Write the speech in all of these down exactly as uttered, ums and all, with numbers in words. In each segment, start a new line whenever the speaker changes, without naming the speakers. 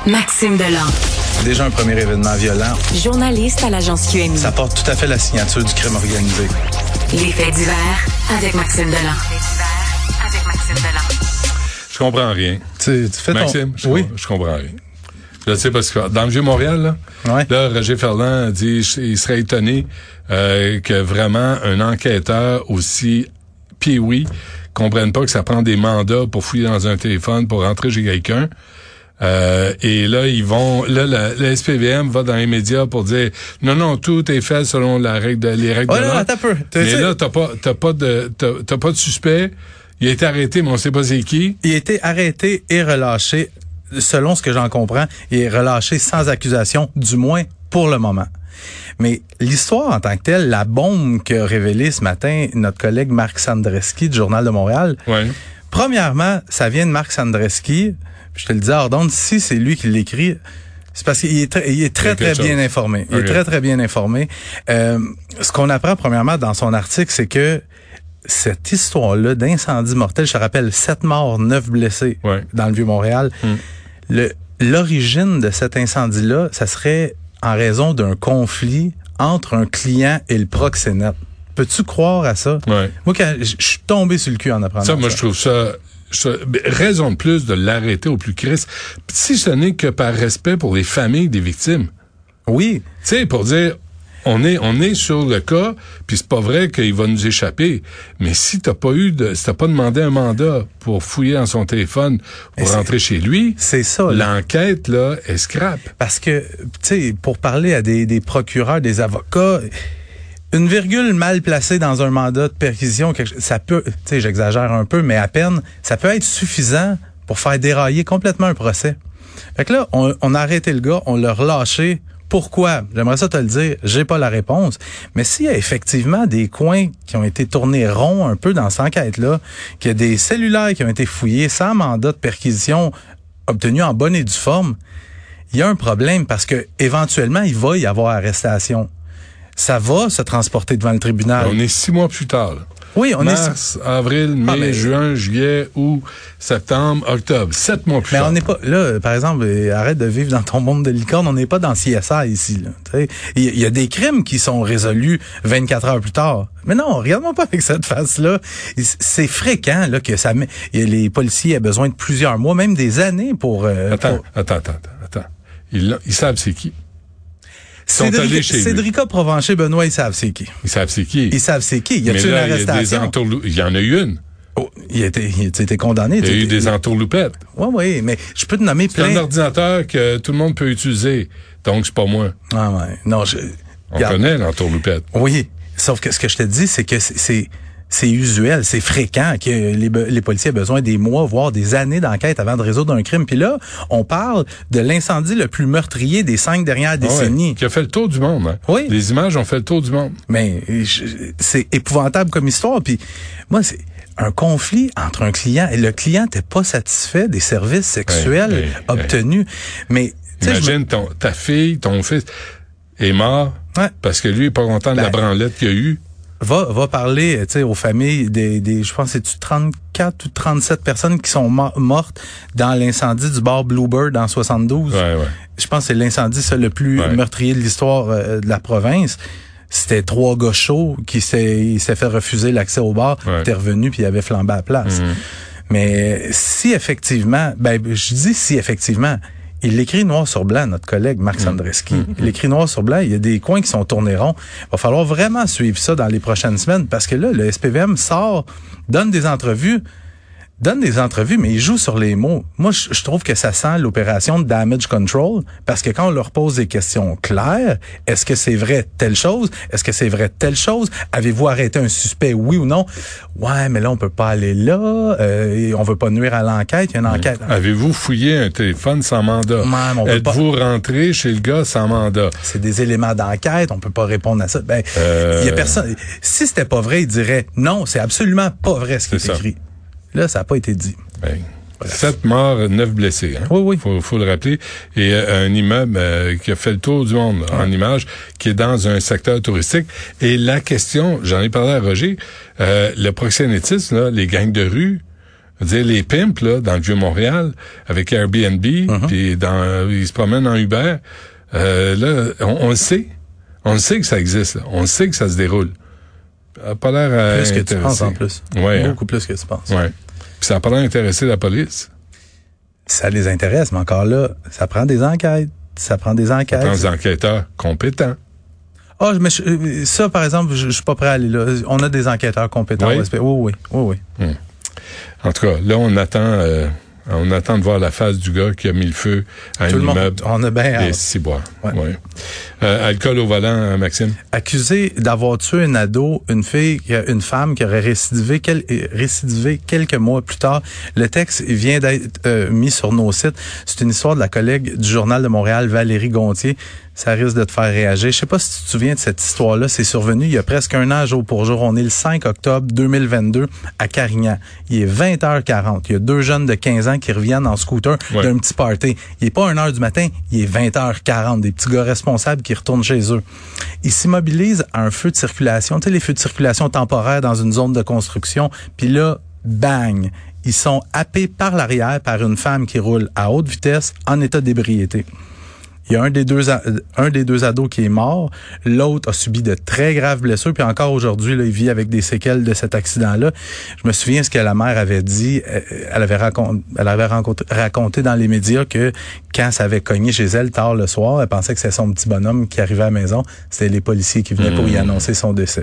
Maxime Delan.
Déjà un premier événement violent.
Journaliste à l'agence Q M I.
Ça porte tout à fait la signature du crime organisé.
Les faits divers avec Maxime Delan. Les faits divers avec Maxime Delan.
Je comprends rien.
Tu, tu fais
Maxime,
ton...
je,
oui.
je comprends rien. Je sais parce que dans le Vieux-Montréal, là,
ouais.
là Roger Ferland dit il serait étonné euh, que vraiment un enquêteur aussi pee-wee comprenne pas que ça prend des mandats pour fouiller dans un téléphone, pour rentrer chez quelqu'un. Euh, et là, ils vont, là, la, la S P V M va dans les médias pour dire, non, non, tout est fait selon la règle de, les règles
ouais,
de
non,
l'art.
attends un peu. T'as
Mais
dit...
là, t'as pas, t'as pas de, t'as, t'as pas de suspect. Il a été arrêté, mais on sait pas c'est qui.
Il a été arrêté et relâché, selon ce que j'en comprends, il est relâché sans accusation, du moins pour le moment. Mais l'histoire en tant que telle, la bombe qu'a révélée ce matin notre collègue Marc Sandreski du Journal de Montréal,
ouais.
Premièrement, ça vient de Marc Sandreski. Je te le dis hors d'onde, si c'est lui qui l'écrit, c'est parce qu'il est très, il est très, très bien informé. Il
okay.
est très, très bien informé. Euh, ce qu'on apprend premièrement dans son article, c'est que cette histoire-là d'incendie mortel, je te rappelle, sept morts, neuf blessés
ouais.
dans le Vieux-Montréal.
Mm.
Le, l'origine de cet incendie-là, ça serait en raison d'un conflit entre un client et le proxénète. Peux-tu croire à ça?
Ouais.
Moi, quand je suis tombé sur le cul en apprenant ça.
Ça, moi, je trouve ça... Je, raison de plus de l'arrêter au plus crisse, si ce n'est que par respect pour les familles des victimes.
Oui.
Tu sais, pour dire, on est, on est sur le cas, puis c'est pas vrai qu'il va nous échapper. Mais si t'as pas eu de, si t'as pas demandé un mandat pour fouiller dans son téléphone, pour rentrer chez lui,
c'est ça.
Là. L'enquête, là, elle scrape.
Parce que, tu sais, pour parler à des, des procureurs, des avocats, une virgule mal placée dans un mandat de perquisition, ça peut, tu sais, j'exagère un peu, mais à peine, ça peut être suffisant pour faire dérailler complètement un procès. Fait que là, on, on a arrêté le gars, on l'a relâché. Pourquoi? J'aimerais ça te le dire, j'ai pas la réponse. Mais s'il y a effectivement des coins qui ont été tournés ronds un peu dans cette enquête-là, qu'il y a des cellulaires qui ont été fouillés sans mandat de perquisition obtenu en bonne et due forme, il y a un problème parce que éventuellement, il va y avoir arrestation. Ça va se transporter devant le tribunal.
On est six mois plus tard. Là.
Oui, on
Mars,
est...
avril, mai,
ah, mais... juin,
juillet, août, septembre, octobre. Sept mois plus
mais
tard.
Mais on n'est pas... Là, par exemple, arrête de vivre dans ton monde de licorne. On n'est pas dans C S I ici. Il y, y a des crimes qui sont résolus vingt-quatre heures plus tard. Mais non, regarde-moi pas avec cette face-là. C'est fréquent là que ça met... les policiers ont besoin de plusieurs mois, même des années pour... Euh,
attends,
pour...
attends, attends, attends. Ils, ils savent c'est qui.
Cédric, Cédrica Provencher, Benoît, ils savent c'est qui.
Ils savent c'est qui.
Ils savent c'est qui. Il y a
Mais
une
là,
arrestation?
Il y, entourlou... il y en a eu une.
Oh, il a été, il a été condamné.
Il y a eu des entourloupettes.
Oui, oui, mais je peux te nommer plein.
C'est un ordinateur que tout le monde peut utiliser. Donc, c'est pas moi.
Ah ouais. Non, je...
On
Regarde.
connaît l'entourloupette.
Oui. Sauf que ce que je te dis, c'est que c'est... C'est usuel, c'est fréquent que les, les policiers aient besoin des mois, voire des années d'enquête avant de résoudre un crime. Puis là, on parle de l'incendie le plus meurtrier des cinq dernières décennies.
Ah ouais, qui a fait le tour du monde. Hein?
Oui.
Les images ont fait le tour du monde.
Mais je, c'est épouvantable comme histoire. Puis moi, c'est un conflit entre un client et le client n'était pas satisfait des services sexuels
hey, hey,
obtenus.
Hey.
Mais
imagine, me... ton, ta fille, ton fils est mort ouais. parce que lui est pas content de ben, la branlette qu'il a eue.
Va, va parler, tu sais, aux familles des, des, je pense, c'est-tu trente-quatre ou trente-sept personnes qui sont mo- mortes dans l'incendie du bar Bluebird en soixante-douze.
Ouais, ouais.
Je pense que c'est l'incendie, ça, le plus ouais. meurtrier de l'histoire euh, de la province. C'était trois gars chauds qui s'est, il s'est fait refuser l'accès au bar. Ouais. T'es revenu puis il avait flambé à la place. Mm-hmm. Mais si effectivement, ben, je dis si effectivement, il l'écrit noir sur blanc, notre collègue Marc Sandreski. Mmh. Il l'écrit noir sur blanc. Il y a des coins qui sont tournés ronds. Il va falloir vraiment suivre ça dans les prochaines semaines parce que là, le S P V M sort, donne des entrevues, donne des entrevues, mais il joue sur les mots. Moi, je, je trouve que ça sent l'opération de damage control parce que quand on leur pose des questions claires, est-ce que c'est vrai telle chose? Est-ce que c'est vrai telle chose? Avez-vous arrêté un suspect, oui ou non? Ouais, mais là, on peut pas aller là. Euh, on veut pas nuire à l'enquête. Il y a une enquête.
Avez-vous fouillé un téléphone sans mandat?
Même,
Êtes-vous pas... rentré chez le gars sans mandat?
C'est des éléments d'enquête. On peut pas répondre à ça. Ben, euh... il y a personne. Si c'était pas vrai, il dirait non, c'est absolument pas vrai ce qui est, est écrit. Là, ça n'a pas été dit.
Ben, voilà. Sept morts, neuf blessés. Hein?
Oui, oui.
Faut, faut le rappeler. Et euh, un immeuble euh, qui a fait le tour du monde ouais. en images, qui est dans un secteur touristique. Et la question, j'en ai parlé à Roger, euh, le proxénétisme, là, les gangs de rue, Je veux dire, les pimps, là, dans le Vieux-Montréal, avec Airbnb, uh-huh. puis dans, ils se promènent en Uber, euh, là, on, on le sait. On le sait que ça existe, là. On le sait que ça se déroule. Ça a pas l'air euh,
Plus que tu penses, en plus.
Ouais,
Beaucoup
hein.
plus que tu penses.
Ouais. Puis ça a pas l'air intéressé la police.
Ça les intéresse, mais encore là, ça prend des enquêtes. Ça prend des enquêtes. Ça
prend des enquêteurs compétents.
Ah, oh, mais je, ça, par exemple, je, je suis pas prêt à aller là. On a des enquêteurs compétents.
Oui,
oui, oui, oui. oui.
Hum. En tout cas, là, on attend... Euh, On attend de voir la face du gars qui a mis le feu à
Tout
un
le
immeuble.
Monde, on a bien hâte.
Et Ciboire.
Ouais.
Ouais. Euh, alcool au volant, Maxime?
Accusé d'avoir tué un ado, une fille, une femme qui aurait récidivé, quel, récidivé quelques mois plus tard. Le texte vient d'être euh, mis sur nos sites. C'est une histoire de la collègue du Journal de Montréal, Valérie Gontier. Ça risque de te faire réagir. Je sais pas si tu te souviens de cette histoire-là. C'est survenu il y a presque un an, jour pour jour. On est le cinq octobre deux mille vingt-deux à Carignan. Il est vingt heures quarante. Il y a deux jeunes de quinze ans qui reviennent en scooter ouais. d'un petit party. Il est pas une heure du matin, il est vingt heures quarante. Des petits gars responsables qui retournent chez eux. Ils s'immobilisent à un feu de circulation. Tu sais, les feux de circulation temporaires dans une zone de construction. Puis là, bang! Ils sont happés par l'arrière par une femme qui roule à haute vitesse en état d'ébriété. Il y a un des deux un des deux ados qui est mort, l'autre a subi de très graves blessures, puis encore aujourd'hui là, il vit avec des séquelles de cet accident-là. Je me souviens ce que la mère avait dit, elle avait raconté, elle avait raconté, raconté dans les médias que quand ça avait cogné chez elle tard le soir, elle pensait que c'était son petit bonhomme qui arrivait à la maison, c'était les policiers qui venaient mmh. pour y annoncer son décès.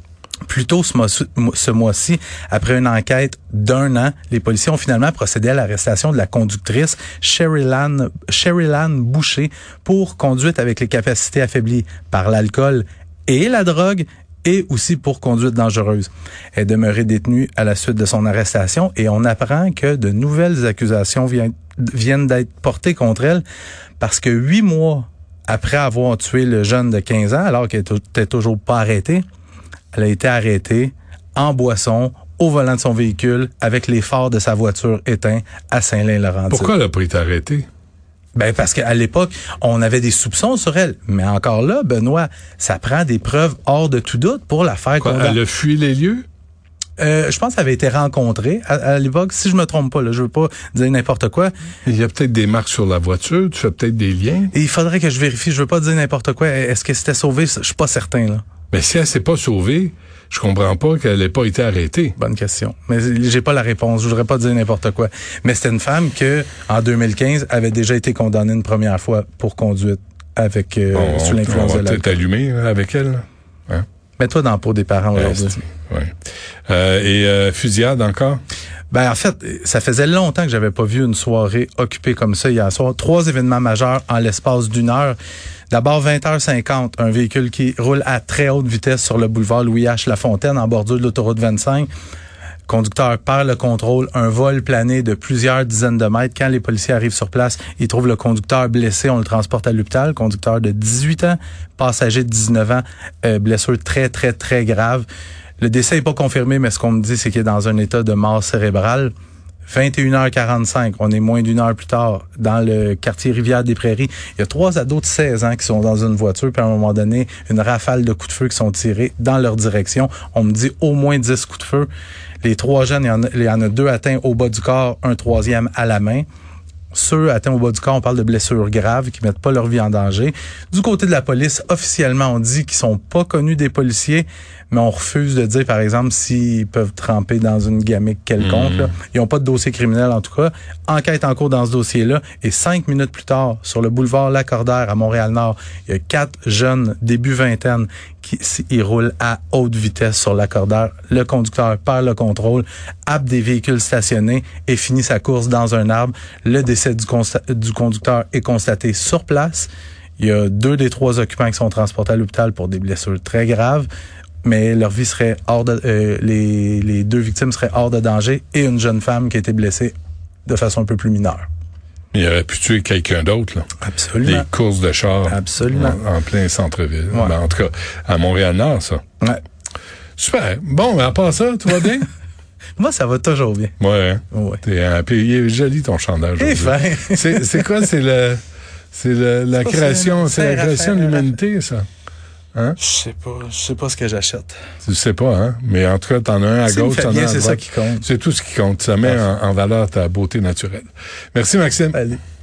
Plus tôt ce, mois, ce mois-ci, après une enquête d'un an, les policiers ont finalement procédé à l'arrestation de la conductrice Sherilyn, Sherilyn Boucher pour conduite avec les capacités affaiblies par l'alcool et la drogue et aussi pour conduite dangereuse. Elle est demeurée détenue à la suite de son arrestation et on apprend que de nouvelles accusations viennent, viennent d'être portées contre elle parce que huit mois après avoir tué le jeune de quinze ans, alors qu'elle n'était toujours pas arrêtée, elle a été arrêtée en boisson au volant de son véhicule avec les phares de sa voiture éteints à Saint-Lin-Laurentide.
Pourquoi elle n'a pas été arrêtée?
Ben parce qu'à l'époque, on avait des soupçons sur elle. Mais encore là, Benoît, ça prend des preuves hors de tout doute pour la faire condamner.
Elle a fui les lieux?
Euh, je pense qu'elle avait été rencontrée à, à l'époque. Si je me trompe pas, là, je veux pas dire n'importe quoi.
Il y a peut-être des marques sur la voiture. Tu fais peut-être des liens.
Et il faudrait que je vérifie. Je veux pas dire n'importe quoi. Est-ce qu'elle s'était sauvée? Je suis pas certain, là.
Mais si elle s'est pas sauvée, je comprends pas qu'elle ait pas été arrêtée.
Bonne question. Mais j'ai pas la réponse. Je voudrais pas dire n'importe quoi. Mais c'était une femme que, en deux mille quinze, avait déjà été condamnée une première fois pour conduite avec, euh,
bon,
sous l'influence de l'alcool. On va
peut-être allumer avec elle, hein?
Mets-toi dans la peau des parents aujourd'hui.
Ouais. Euh, et euh, fusillade encore?
Ben en fait, ça faisait longtemps que j'avais pas vu une soirée occupée comme ça hier soir. Trois événements majeurs en l'espace d'une heure. D'abord, vingt heures cinquante, un véhicule qui roule à très haute vitesse sur le boulevard Louis H. Lafontaine, en bordure de l'autoroute vingt-cinq. Le conducteur perd le contrôle, un vol plané de plusieurs dizaines de mètres. Quand les policiers arrivent sur place, ils trouvent le conducteur blessé, on le transporte à l'hôpital. Conducteur de dix-huit ans, passager de dix-neuf ans, euh, blessure très, très, très grave. Le décès n'est pas confirmé, mais ce qu'on me dit, c'est qu'il est dans un état de mort cérébrale. vingt et une heures quarante-cinq, on est moins d'une heure plus tard, dans le quartier Rivière-des-Prairies. Il y a trois ados de seize ans qui sont dans une voiture, puis à un moment donné, une rafale de coups de feu qui sont tirés dans leur direction. On me dit au moins dix coups de feu. Les trois jeunes, il y en a, il y en a deux atteints au bas du corps, un troisième à la main. Ceux atteints au bas du corps, on parle de blessures graves qui mettent pas leur vie en danger. Du côté de la police, officiellement, on dit qu'ils sont pas connus des policiers, mais on refuse de dire, par exemple, s'ils peuvent tremper dans une gamique quelconque. Mmh. Là. Ils n'ont pas de dossier criminel, en tout cas. Enquête en cours dans ce dossier-là. Et cinq minutes plus tard, sur le boulevard Lacordaire à Montréal-Nord, il y a quatre jeunes, début vingtaine, qui ils roulent à haute vitesse sur Lacordaire. Le conducteur perd le contrôle, happe des véhicules stationnés et finit sa course dans un arbre. Le décès du, consta- du conducteur est constaté sur place. Il y a deux des trois occupants qui sont transportés à l'hôpital pour des blessures très graves. Mais leur vie serait hors de, euh, les, les deux victimes seraient hors de danger et une jeune femme qui a été blessée de façon un peu plus mineure.
Il aurait pu tuer quelqu'un d'autre, là.
Absolument.
Les courses de chars.
Absolument.
En, en plein centre-ville.
Ouais.
Ben, en tout cas, à Montréal-Nord, ça.
Ouais.
Super. Bon, à part ça, tout va bien?
Moi, ça va toujours bien.
Ouais. Hein?
Ouais.
T'es, euh, puis il est joli ton chandail.
Et fin.
c'est, c'est quoi? C'est le, c'est le, la
c'est
création,
c'est,
c'est la création de l'humanité, ça. Hein?
Je sais pas. Je sais pas ce que j'achète.
Tu sais pas, hein? Mais en tout cas, t'en as un à gauche, t'en as un à droite.
C'est ça qui compte.
C'est tout ce qui compte. Ça met en, en valeur ta beauté naturelle. Merci, Maxime.
Allez.